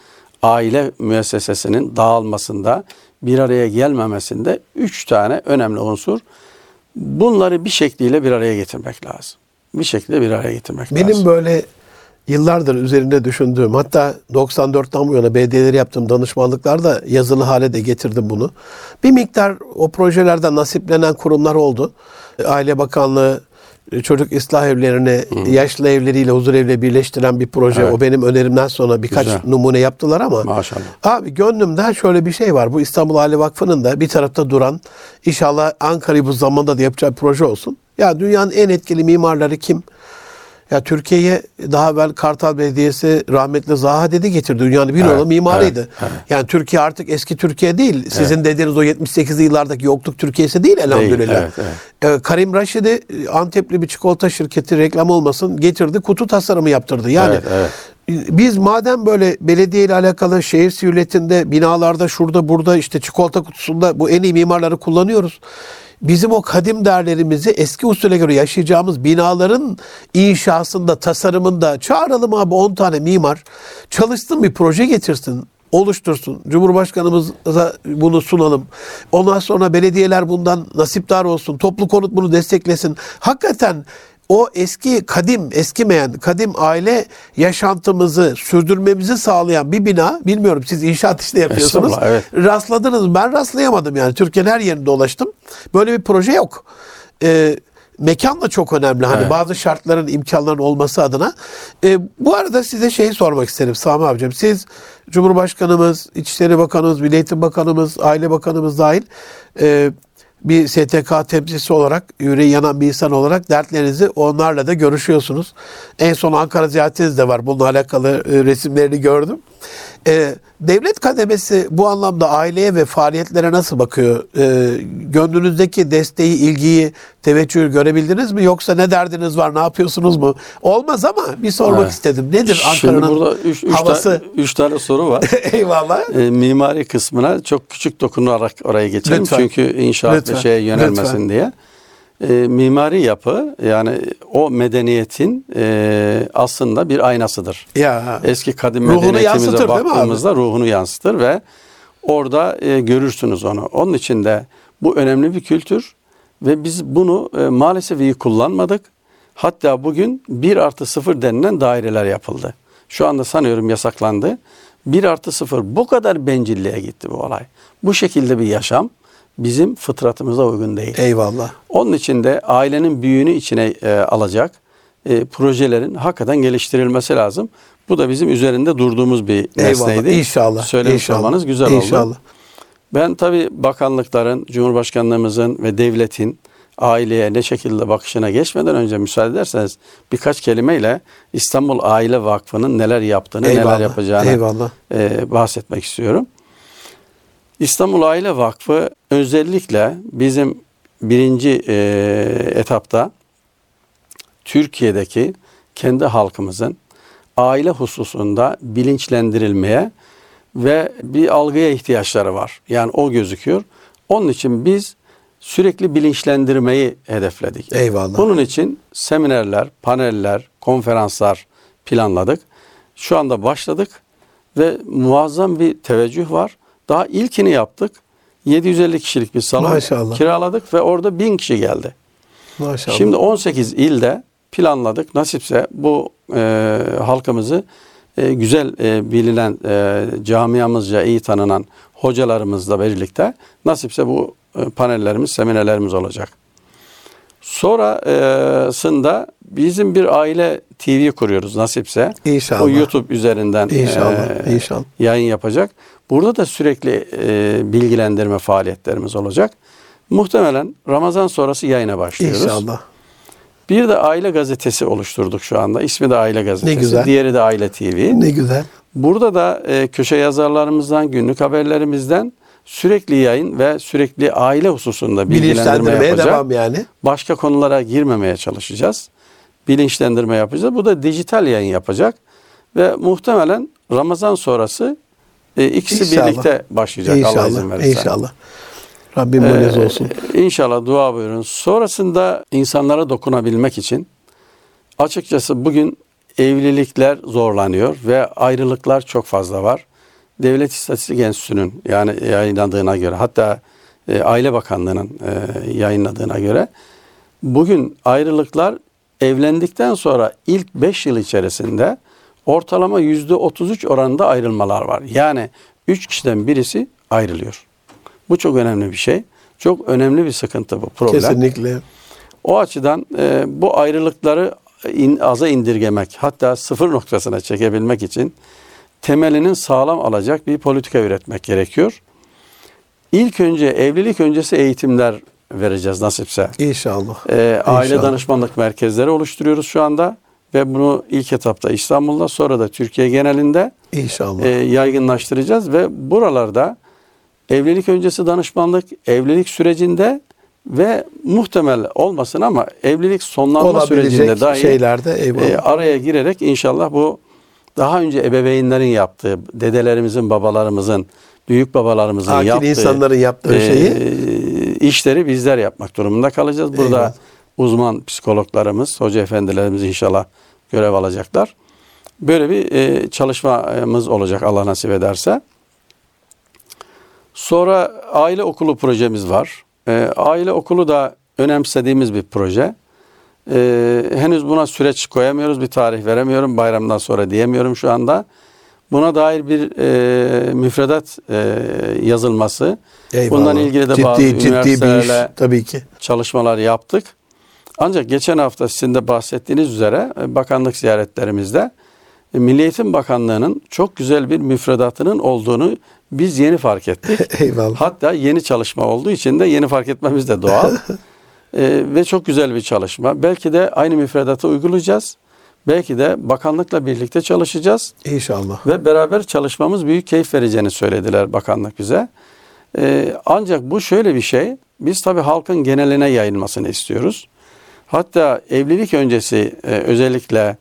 aile müessesesinin dağılmasında, bir araya gelmemesinde 3 tane önemli unsur. Bunları bir şekliyle bir araya getirmek lazım. Bir şekilde bir araya getirmek lazım. Benim böyle yıllardır üzerinde düşündüğüm, hatta 94'ten bu yana BD'leri yaptığım danışmanlıklarda yazılı hale de getirdim bunu. Bir miktar o projelerden nasiplenen kurumlar oldu. Aile Bakanlığı çocuk ıslah evlerini yaşlı evleriyle huzur evleri birleştiren bir proje. Evet. O benim önerimden sonra birkaç numune yaptılar ama maşallah. Abi gönlümde şöyle bir şey var. Bu İstanbul Aile Vakfı'nın da bir tarafta duran, inşallah Ankara'yı bu zamanda da yapacağı bir proje olsun. Ya dünyanın en etkili mimarları kim? Ya Türkiye'ye daha evvel Kartal Belediyesi rahmetli Zaha Dedi getirdi. Dünyanın bir numaralı mimarıydı. Evet. Yani Türkiye artık eski Türkiye değil. Sizin dediğiniz o 78'li yıllardaki yokluk Türkiye'si değil elhamdülillah. Evet. Karim Raşidi, Antepli bir çikolata şirketi, reklam olmasın, getirdi, kutu tasarımı yaptırdı. Yani biz madem böyle belediye ile alakalı şehir sivriletinde, binalarda, şurada burada işte çikolata kutusunda bu en iyi mimarları kullanıyoruz. Bizim o kadim değerlerimizi eski usule göre yaşayacağımız binaların inşasında, tasarımında çağıralım abi 10 tane mimar. Çalışsın, bir proje getirsin, oluştursun. Cumhurbaşkanımıza bunu sunalım. Ondan sonra belediyeler bundan nasipdar olsun. Toplu konut bunu desteklesin. Hakikaten o eskimeyen kadim aile yaşantımızı sürdürmemizi sağlayan bir bina, bilmiyorum siz inşaat işte yapıyorsunuz. Evet. Rastladınız mı? Ben rastlayamadım yani. Türkiye'nin her yerinde dolaştım. Böyle bir proje yok. mekan da çok önemli. Hani Evet. bazı şartların, imkanların olması adına. Bu arada size şeyi sormak isterim Sami abicim. Siz Cumhurbaşkanımız, İçişleri Bakanımız, Milli Eğitim Bakanımız, Aile Bakanımız dahil bir STK temsilcisi olarak, yüreği yanan bir insan olarak dertlerinizi onlarla da görüşüyorsunuz. En son Ankara ziyaretiniz de var. Bununla alakalı resimlerini gördüm. Devlet kademesi bu anlamda aileye ve faaliyetlere nasıl bakıyor? Gönlünüzdeki desteği, ilgiyi, teveccühü görebildiniz mi? Yoksa ne derdiniz var, ne yapıyorsunuz mu? Olmaz ama bir sormak Evet. istedim. Nedir Şimdi Ankara'nın burada havası? üç tane soru var. Eyvallah. Mimari kısmına çok küçük dokunarak oraya geçelim. Lütfen. Çünkü inşaat Lütfen. ve şeye yönelmesin Lütfen. diye. Mimari yapı yani o medeniyetin aslında bir aynasıdır. Ya. Eski kadim Ruhunu yansıtır medeniyetimize değil mi abi? baktığımızda ruhunu yansıtır ve orada görürsünüz onu. Onun için de bu önemli bir kültür ve biz bunu maalesef iyi kullanmadık. Hatta bugün 1+0 denilen daireler yapıldı. Şu anda sanıyorum yasaklandı. 1+0 bu kadar bencilliğe gitti bu olay. Bu şekilde bir yaşam bizim fıtratımıza uygun değil. Eyvallah. Onun için de ailenin büyüğünü içine alacak projelerin hakikaten geliştirilmesi lazım. Bu da bizim üzerinde durduğumuz bir nesneydi. Eyvallah. İnşallah. Söylemiş İnşallah. olmanız güzel İnşallah. oldu. Ben tabii bakanlıkların, Cumhurbaşkanlığımızın ve devletin aileye ne şekilde bakışına geçmeden önce müsaade ederseniz birkaç kelimeyle İstanbul Aile Vakfı'nın neler yaptığını, neler yapacağını bahsetmek istiyorum. İstanbul Aile Vakfı özellikle bizim birinci etapta Türkiye'deki kendi halkımızın aile hususunda bilinçlendirilmeye ve bir algıya ihtiyaçları var. Yani o gözüküyor. Onun için biz sürekli bilinçlendirmeyi hedefledik. Eyvallah. Bunun için seminerler, paneller, konferanslar planladık. Şu anda başladık ve muazzam bir teveccüh var. Daha ilkini yaptık. 750 kişilik bir salon Maşallah. kiraladık ve orada 1000 kişi geldi. Maşallah. Şimdi 18 ilde planladık. Nasipse bu halkımızı güzel bilinen, camiamızca iyi tanınan hocalarımızla birlikte nasipse bu panellerimiz, seminerlerimiz olacak. Sonrasında bizim bir aile TV kuruyoruz nasipse. İnşallah. O YouTube üzerinden İnşallah. yayın yapacak. Burada da sürekli bilgilendirme faaliyetlerimiz olacak. Muhtemelen Ramazan sonrası yayına başlıyoruz. İnşallah. Bir de aile gazetesi oluşturduk şu anda. İsmi de Aile Gazetesi. Ne güzel. Diğeri de Aile TV. Ne güzel. Burada da köşe yazarlarımızdan, günlük haberlerimizden sürekli yayın ve sürekli aile hususunda bilgilendirme Bilinçlendirmeye yapacak. devam yani. Başka konulara girmemeye çalışacağız. Bilinçlendirme yapacağız. Bu da dijital yayın yapacak. Ve muhtemelen Ramazan sonrası ikisi İnşallah. birlikte başlayacak Allah izin verirse. İnşallah. Rabbim muciz olsun. İnşallah dua buyurun. Sonrasında insanlara dokunabilmek için açıkçası bugün evlilikler zorlanıyor ve ayrılıklar çok fazla var. Devlet İstatistik Enstitüsü'nün yani yayınladığına göre hatta Aile Bakanlığı'nın yayınladığına göre bugün ayrılıklar evlendikten sonra ilk 5 yıl içerisinde ortalama %33 oranında ayrılmalar var. Yani 3 kişiden birisi ayrılıyor. Bu çok önemli bir şey. Çok önemli bir sıkıntı bu problem. Kesinlikle. O açıdan bu ayrılıkları aza indirgemek hatta sıfır noktasına çekebilmek için temelinin sağlam alacak bir politika üretmek gerekiyor. İlk önce evlilik öncesi eğitimler vereceğiz nasipse. İnşallah. Aile İnşallah. danışmanlık merkezleri oluşturuyoruz şu anda ve bunu ilk etapta İstanbul'da sonra da Türkiye genelinde İnşallah. yaygınlaştıracağız ve buralarda evlilik öncesi danışmanlık, evlilik sürecinde ve muhtemel olmasın ama evlilik sonlanma sürecinde Olabilecek dahi şeylerde eyvallah. araya girerek inşallah bu daha önce ebeveynlerin yaptığı, dedelerimizin, babalarımızın, büyük babalarımızın Akil yaptığı insanların yaptığı şeyi işleri bizler yapmak durumunda kalacağız. Burada Eyvallah. uzman psikologlarımız, hoca efendilerimiz inşallah görev alacaklar. Böyle bir çalışmamız olacak Allah nasip ederse. Sonra aile okulu projemiz var. Aile okulu da önemsediğimiz bir proje. Henüz buna süreç koyamıyoruz, bir tarih veremiyorum. Bayramdan sonra diyemiyorum şu anda. Buna dair bir müfredat yazılması. Eyvallah. Bundan ilgili de bazı ciddi bir iş üniversitelerle tabii ki. çalışmalar yaptık. Ancak geçen hafta sizin de bahsettiğiniz üzere bakanlık ziyaretlerimizde Milli Eğitim Bakanlığı'nın çok güzel bir müfredatının olduğunu biz yeni fark ettik. Eyvallah. Hatta yeni çalışma olduğu için de yeni fark etmemiz de doğal. Ve çok güzel bir çalışma. Belki de aynı müfredatı uygulayacağız. Belki de bakanlıkla birlikte çalışacağız. İnşallah. Ve beraber çalışmamız büyük keyif vereceğini söylediler bakanlık bize. Ancak bu şöyle bir şey. Biz tabii halkın geneline yayılmasını istiyoruz. Hatta evlilik öncesi özellikle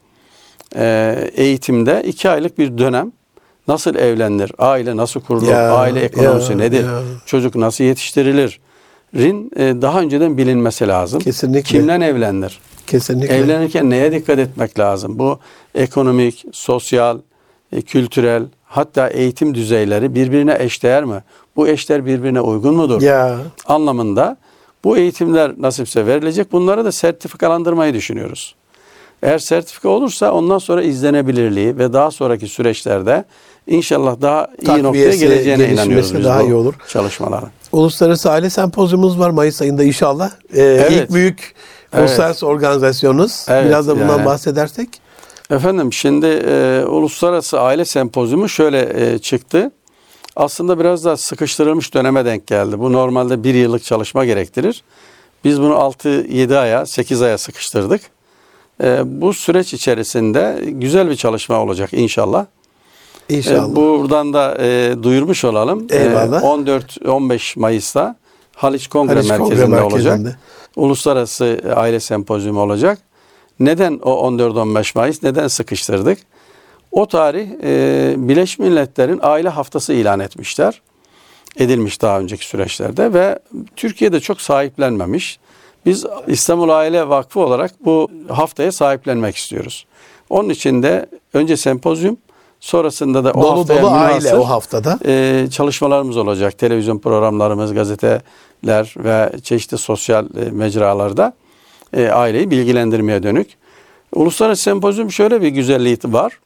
eğitimde 2 aylık bir dönem nasıl evlenir, aile nasıl kurulur, aile ekonomisi nedir, çocuk nasıl yetiştirilir daha önceden bilinmesi lazım. Kesinlikle. Kimden evlenir? Kesinlikle. Evlenirken neye dikkat etmek lazım? Bu ekonomik, sosyal, kültürel, hatta eğitim düzeyleri birbirine eşdeğer mi? Bu eşler birbirine uygun mudur? Anlamında bu eğitimler nasipse verilecek. Bunlara da sertifikalandırmayı düşünüyoruz. Eğer sertifika olursa ondan sonra izlenebilirliği ve daha sonraki süreçlerde inşallah daha iyi noktaya geleceğine inanıyoruz biz daha iyi olur. Çalışmaların. Uluslararası Aile Sempozyumumuz var Mayıs ayında inşallah. İlk büyük uluslararası organizasyonunuz. Biraz da bundan bahsedersek. Efendim şimdi Uluslararası Aile Sempozyumu şöyle çıktı. Aslında biraz daha sıkıştırılmış döneme denk geldi. Bu normalde 1 yıllık çalışma gerektirir. Biz bunu 6-7 aya, 8 aya sıkıştırdık. Bu süreç içerisinde güzel bir çalışma olacak inşallah. İnşallah. Buradan da duyurmuş olalım. Eyvallah. 14-15 Mayıs'ta Haliç Kongre Merkezi'nde olacak. Uluslararası Aile Sempozyumu olacak. Neden o 14-15 Mayıs? Neden sıkıştırdık? O tarih Birleşmiş Milletler'in Aile Haftası ilan etmişler. Edilmiş daha önceki süreçlerde ve Türkiye'de çok sahiplenmemiş. Biz İstanbul Aile Vakfı olarak bu haftaya sahiplenmek istiyoruz. Onun için de önce sempozyum, sonrasında da o haftaya münhasır o haftada çalışmalarımız olacak. Televizyon programlarımız, gazeteler ve çeşitli sosyal mecralarda aileyi bilgilendirmeye dönük. Uluslararası sempozyum şöyle bir güzelliği var.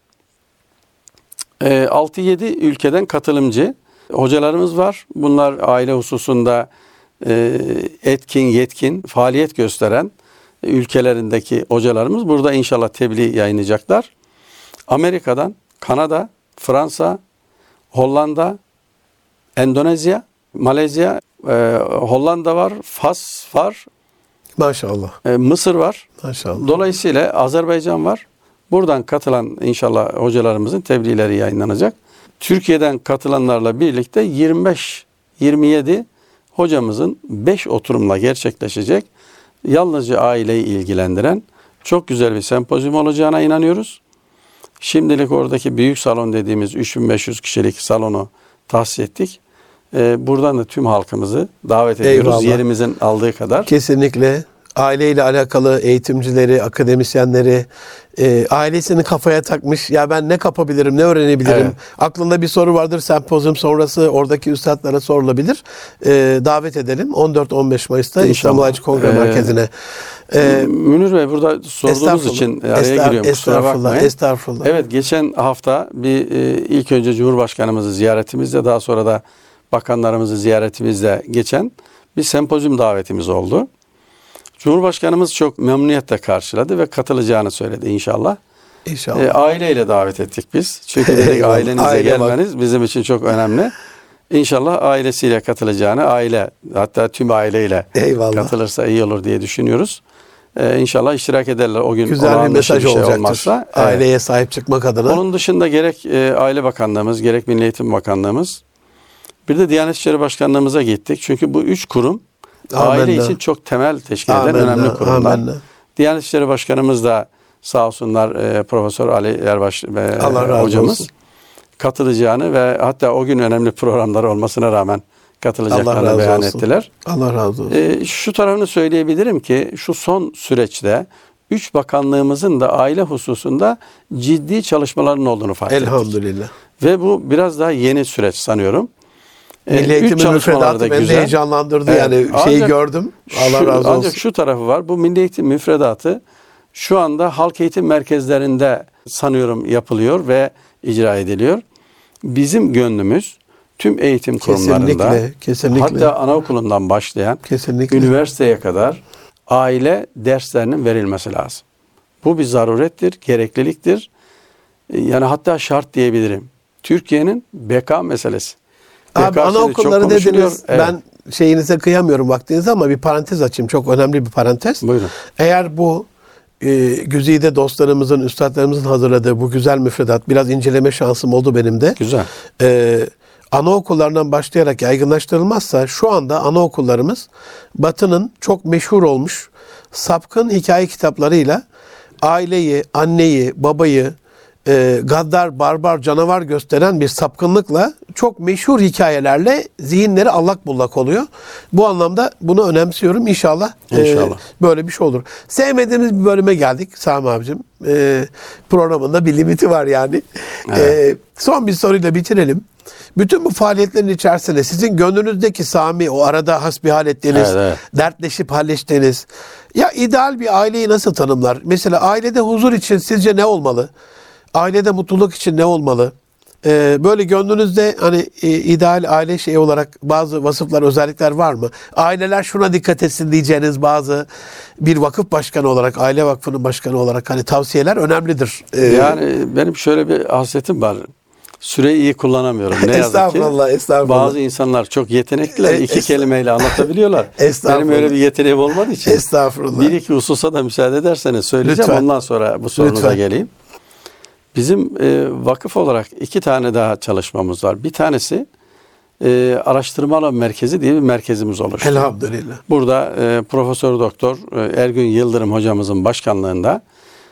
6-7 ülkeden katılımcı hocalarımız var. Bunlar aile hususunda etkin, yetkin, faaliyet gösteren ülkelerindeki hocalarımız burada inşallah tebliğ yayınlayacaklar. Amerika'dan, Kanada, Fransa, Hollanda, Endonezya, Malezya, Hollanda var, Fas var. Maşallah. Mısır var. Maşallah. Dolayısıyla Azerbaycan var. Buradan katılan inşallah hocalarımızın tebliğleri yayınlanacak. Türkiye'den katılanlarla birlikte 25-27 hocamızın 5 oturumla gerçekleşecek. Yalnızca aileyi ilgilendiren çok güzel bir sempozyum olacağına inanıyoruz. Şimdilik oradaki büyük salon dediğimiz 3500 kişilik salonu tahsis ettik. Buradan da tüm halkımızı davet ediyoruz. Eyvallah. Yerimizin aldığı kadar. Kesinlikle. Aileyle alakalı eğitimcileri, akademisyenleri, ailesini kafaya takmış. Ya ben ne kapabilirim, ne öğrenebilirim? Evet. Aklında bir soru vardır. Sempozyum sonrası oradaki üstadlara sorulabilir. Davet edelim. 14-15 Mayıs'ta İstanbul Haliç Kongre Merkezi'ne. Münir Bey burada sorduğunuz için araya giriyorum. Kusura bakmayın. Estağfurullah. Evet, geçen hafta ilk önce Cumhurbaşkanımızı ziyaretimizde, daha sonra da bakanlarımızı ziyaretimizde geçen bir sempozyum davetimiz oldu. Cumhurbaşkanımız çok memnuniyetle karşıladı ve katılacağını söyledi inşallah. İnşallah. Aileyle davet ettik biz. Çünkü dedik ailenize gelmeniz bizim için çok önemli. İnşallah ailesiyle katılacağını, hatta tüm aileyle katılırsa iyi olur diye düşünüyoruz. İnşallah iştirak ederler o gün. Güzel bir mesaj olacaktır. Olmazsa, aileye sahip çıkmak adına. Onun dışında gerek Aile Bakanlığımız, gerek Milli Eğitim Bakanlığımız, bir de Diyanet İşleri Başkanlığımıza gittik. Çünkü bu 3 kurum aile için çok temel teşkil eden önemli kurumlar. Diyanet İşleri Başkanımız da sağ olsunlar Profesör Ali Erbaş hocamız katılacağını ve hatta o gün önemli programlar olmasına rağmen katılacaklarını beyan ettiler. Allah razı olsun. Şu tarafını söyleyebilirim ki şu son süreçte 3 bakanlığımızın da aile hususunda ciddi çalışmaların olduğunu fark ettik. Elhamdülillah. Ve bu biraz daha yeni süreç sanıyorum. Milli Eğitim müfredatı beni de heyecanlandırdı. Evet. Yani gördüm. Allah razı olsun. Ancak şu tarafı var. Bu Milli Eğitim müfredatı şu anda halk eğitim merkezlerinde sanıyorum yapılıyor ve icra ediliyor. Bizim gönlümüz tüm eğitim kurumlarında, kesinlikle. hatta anaokulundan başlayan üniversiteye kadar aile derslerinin verilmesi lazım. Bu bir zarurettir, gerekliliktir. Yani hatta şart diyebilirim. Türkiye'nin beka meselesi. Abi anaokulları dediniz. Evet. Ben şeyinize kıyamıyorum vaktinize ama bir parantez açayım. Çok önemli bir parantez. Buyurun. Eğer bu güzide dostlarımızın, üstadlarımızın hazırladığı bu güzel müfredat, biraz inceleme şansım oldu benim de. Güzel. Anaokullarından başlayarak yaygınlaştırılmazsa şu anda anaokullarımız Batı'nın çok meşhur olmuş sapkın hikaye kitaplarıyla aileyi, anneyi, babayı gaddar, barbar, canavar gösteren bir sapkınlıkla çok meşhur hikayelerle zihinleri allak bullak oluyor. Bu anlamda bunu önemsiyorum. İnşallah böyle bir şey olur. Sevmediğimiz bir bölüme geldik Sami abicim. Programında bir limiti var yani. Evet. Son bir soruyla bitirelim. Bütün bu faaliyetlerin içerisinde sizin gönlünüzdeki Sami, o arada hasbihal ettiğiniz, dertleşip halleştiğiniz, ya ideal bir aileyi nasıl tanımlar? Mesela ailede huzur için sizce ne olmalı? Ailede mutluluk için ne olmalı? Böyle gönlünüzde hani ideal aile şeyi olarak bazı vasıflar, özellikler var mı? Aileler şuna dikkat etsin diyeceğiniz bazı bir vakıf başkanı olarak, aile vakfının başkanı olarak hani tavsiyeler önemlidir. Yani benim şöyle bir hasretim var. Süreyi iyi kullanamıyorum. Ne yazık ki. Estağfurullah. Bazı insanlar çok yetenekliler. İki kelimeyle anlatabiliyorlar. Benim öyle bir yeteneğim olmadığı için. Estağfurullah. Bir iki hususa da müsaade ederseniz söyleyeceğim. Lütfen. Ondan sonra bu sorunuza geleyim. Bizim vakıf olarak 2 tane daha çalışmamız var. Bir tanesi araştırmalar merkezi diye bir merkezimiz oluştu. Elhamdülillah. Burada Profesör Doktor Ergün Yıldırım hocamızın başkanlığında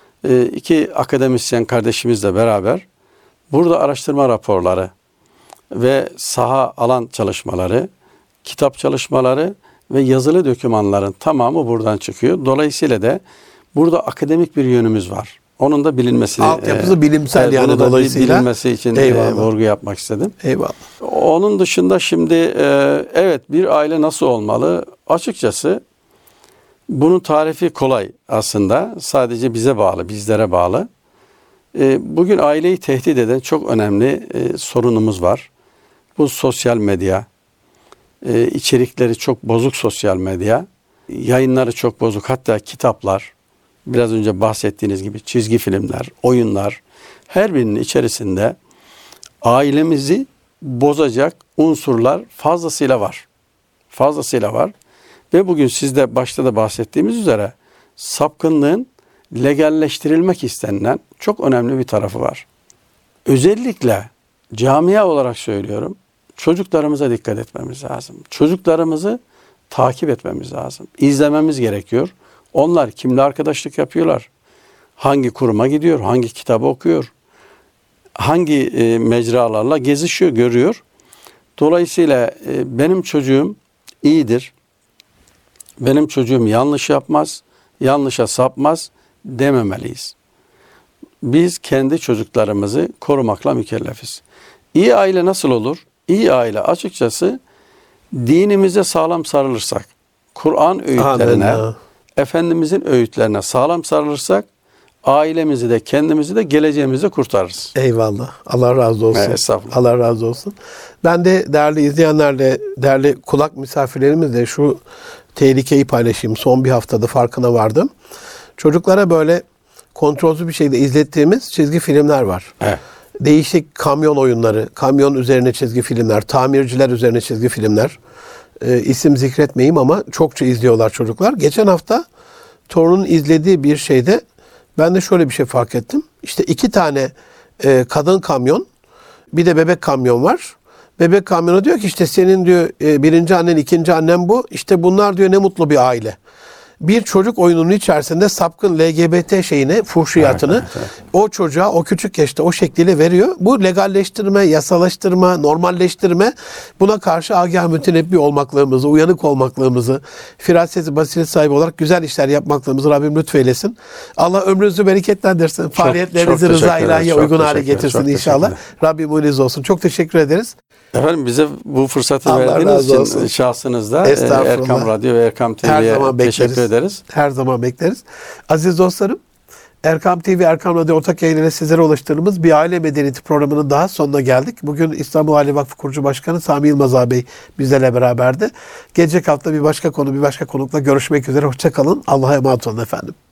2 akademisyen kardeşimizle beraber burada araştırma raporları ve saha alan çalışmaları, kitap çalışmaları ve yazılı dokümanların tamamı buradan çıkıyor. Dolayısıyla da burada akademik bir yönümüz var. Onun da bilinmesi, altyapısı bilimsel yani dolayısıyla bilinmesi için vurgu yapmak istedim. Eyvallah. Onun dışında şimdi evet, bir aile nasıl olmalı? Açıkçası bunun tarifi kolay aslında. Sadece bize bağlı, bizlere bağlı. Bugün aileyi tehdit eden çok önemli sorunumuz var. Bu sosyal medya, içerikleri çok bozuk sosyal medya, yayınları çok bozuk, hatta kitaplar, biraz önce bahsettiğiniz gibi çizgi filmler, oyunlar, her birinin içerisinde ailemizi bozacak unsurlar fazlasıyla var. Fazlasıyla var. Ve bugün sizde başta da bahsettiğimiz üzere sapkınlığın legalleştirilmek istenilen çok önemli bir tarafı var. Özellikle camia olarak söylüyorum, çocuklarımıza dikkat etmemiz lazım. Çocuklarımızı takip etmemiz lazım. İzlememiz gerekiyor. Onlar kimle arkadaşlık yapıyorlar? Hangi kuruma gidiyor? Hangi kitabı okuyor? Hangi mecralarla gezişiyor, görüyor? Dolayısıyla benim çocuğum iyidir. Benim çocuğum yanlış yapmaz, yanlışa sapmaz dememeliyiz. Biz kendi çocuklarımızı korumakla mükellefiz. İyi aile nasıl olur? İyi aile açıkçası dinimize sağlam sarılırsak, Kur'an öğütlerine, Efendimizin öğütlerine sağlam sarılırsak, ailemizi de kendimizi de geleceğimizi de kurtarırız. Eyvallah. Allah razı olsun. Allah razı olsun. Ben de değerli izleyenlerle, değerli kulak misafirlerimizle şu tehlikeyi paylaşayım. Son bir haftada farkına vardım. Çocuklara böyle kontrolsüz bir şekilde izlettiğimiz çizgi filmler var. Evet. Değişik kamyon oyunları, kamyon üzerine çizgi filmler, tamirciler üzerine çizgi filmler. İsim zikretmeyeyim ama çokça izliyorlar çocuklar. Geçen hafta torunun izlediği bir şeyde ben de şöyle bir şey fark ettim. İşte 2 tane kadın kamyon, bir de bebek kamyon var. Bebek kamyonu diyor ki işte senin diyor birinci annen, ikinci annen bu. İşte bunlar diyor ne mutlu bir aile. Bir çocuk oyununun içerisinde sapkın LGBT şeyini, fuhşiyatını o çocuğa o küçük yaşta o şekliyle veriyor. Bu legalleştirme, yasalaştırma, normalleştirme, buna karşı agah mütenebbi olmaklığımızı, uyanık olmaklığımızı, firaseti, basiret sahibi olarak güzel işler yapmaklığımızı Rabbim lütfeylesin. Allah ömrünüzü bereketlendirsin. Faaliyetlerinizi rıza ilahiye uygun hale getirsin inşallah. Rabbim uyunuz olsun. Çok teşekkür ederiz. Efendim bize bu fırsatı verdiğiniz için şahsınızda Erkam Radyo ve Erkam TV'ye teşekkür ederiz. Her zaman bekleriz. Aziz dostlarım, Erkam TV, Erkam Radyo ortak yayınıyla sizlere ulaştırdığımız bir aile medeniyeti programının daha sonuna geldik. Bugün İstanbul Aile Vakfı kurucu başkanı Sami Yılmaz ağabey bizlerle beraberdi. Gelecek hafta bir başka konu, bir başka konukla görüşmek üzere. Hoşça kalın. Allah'a emanet olun efendim.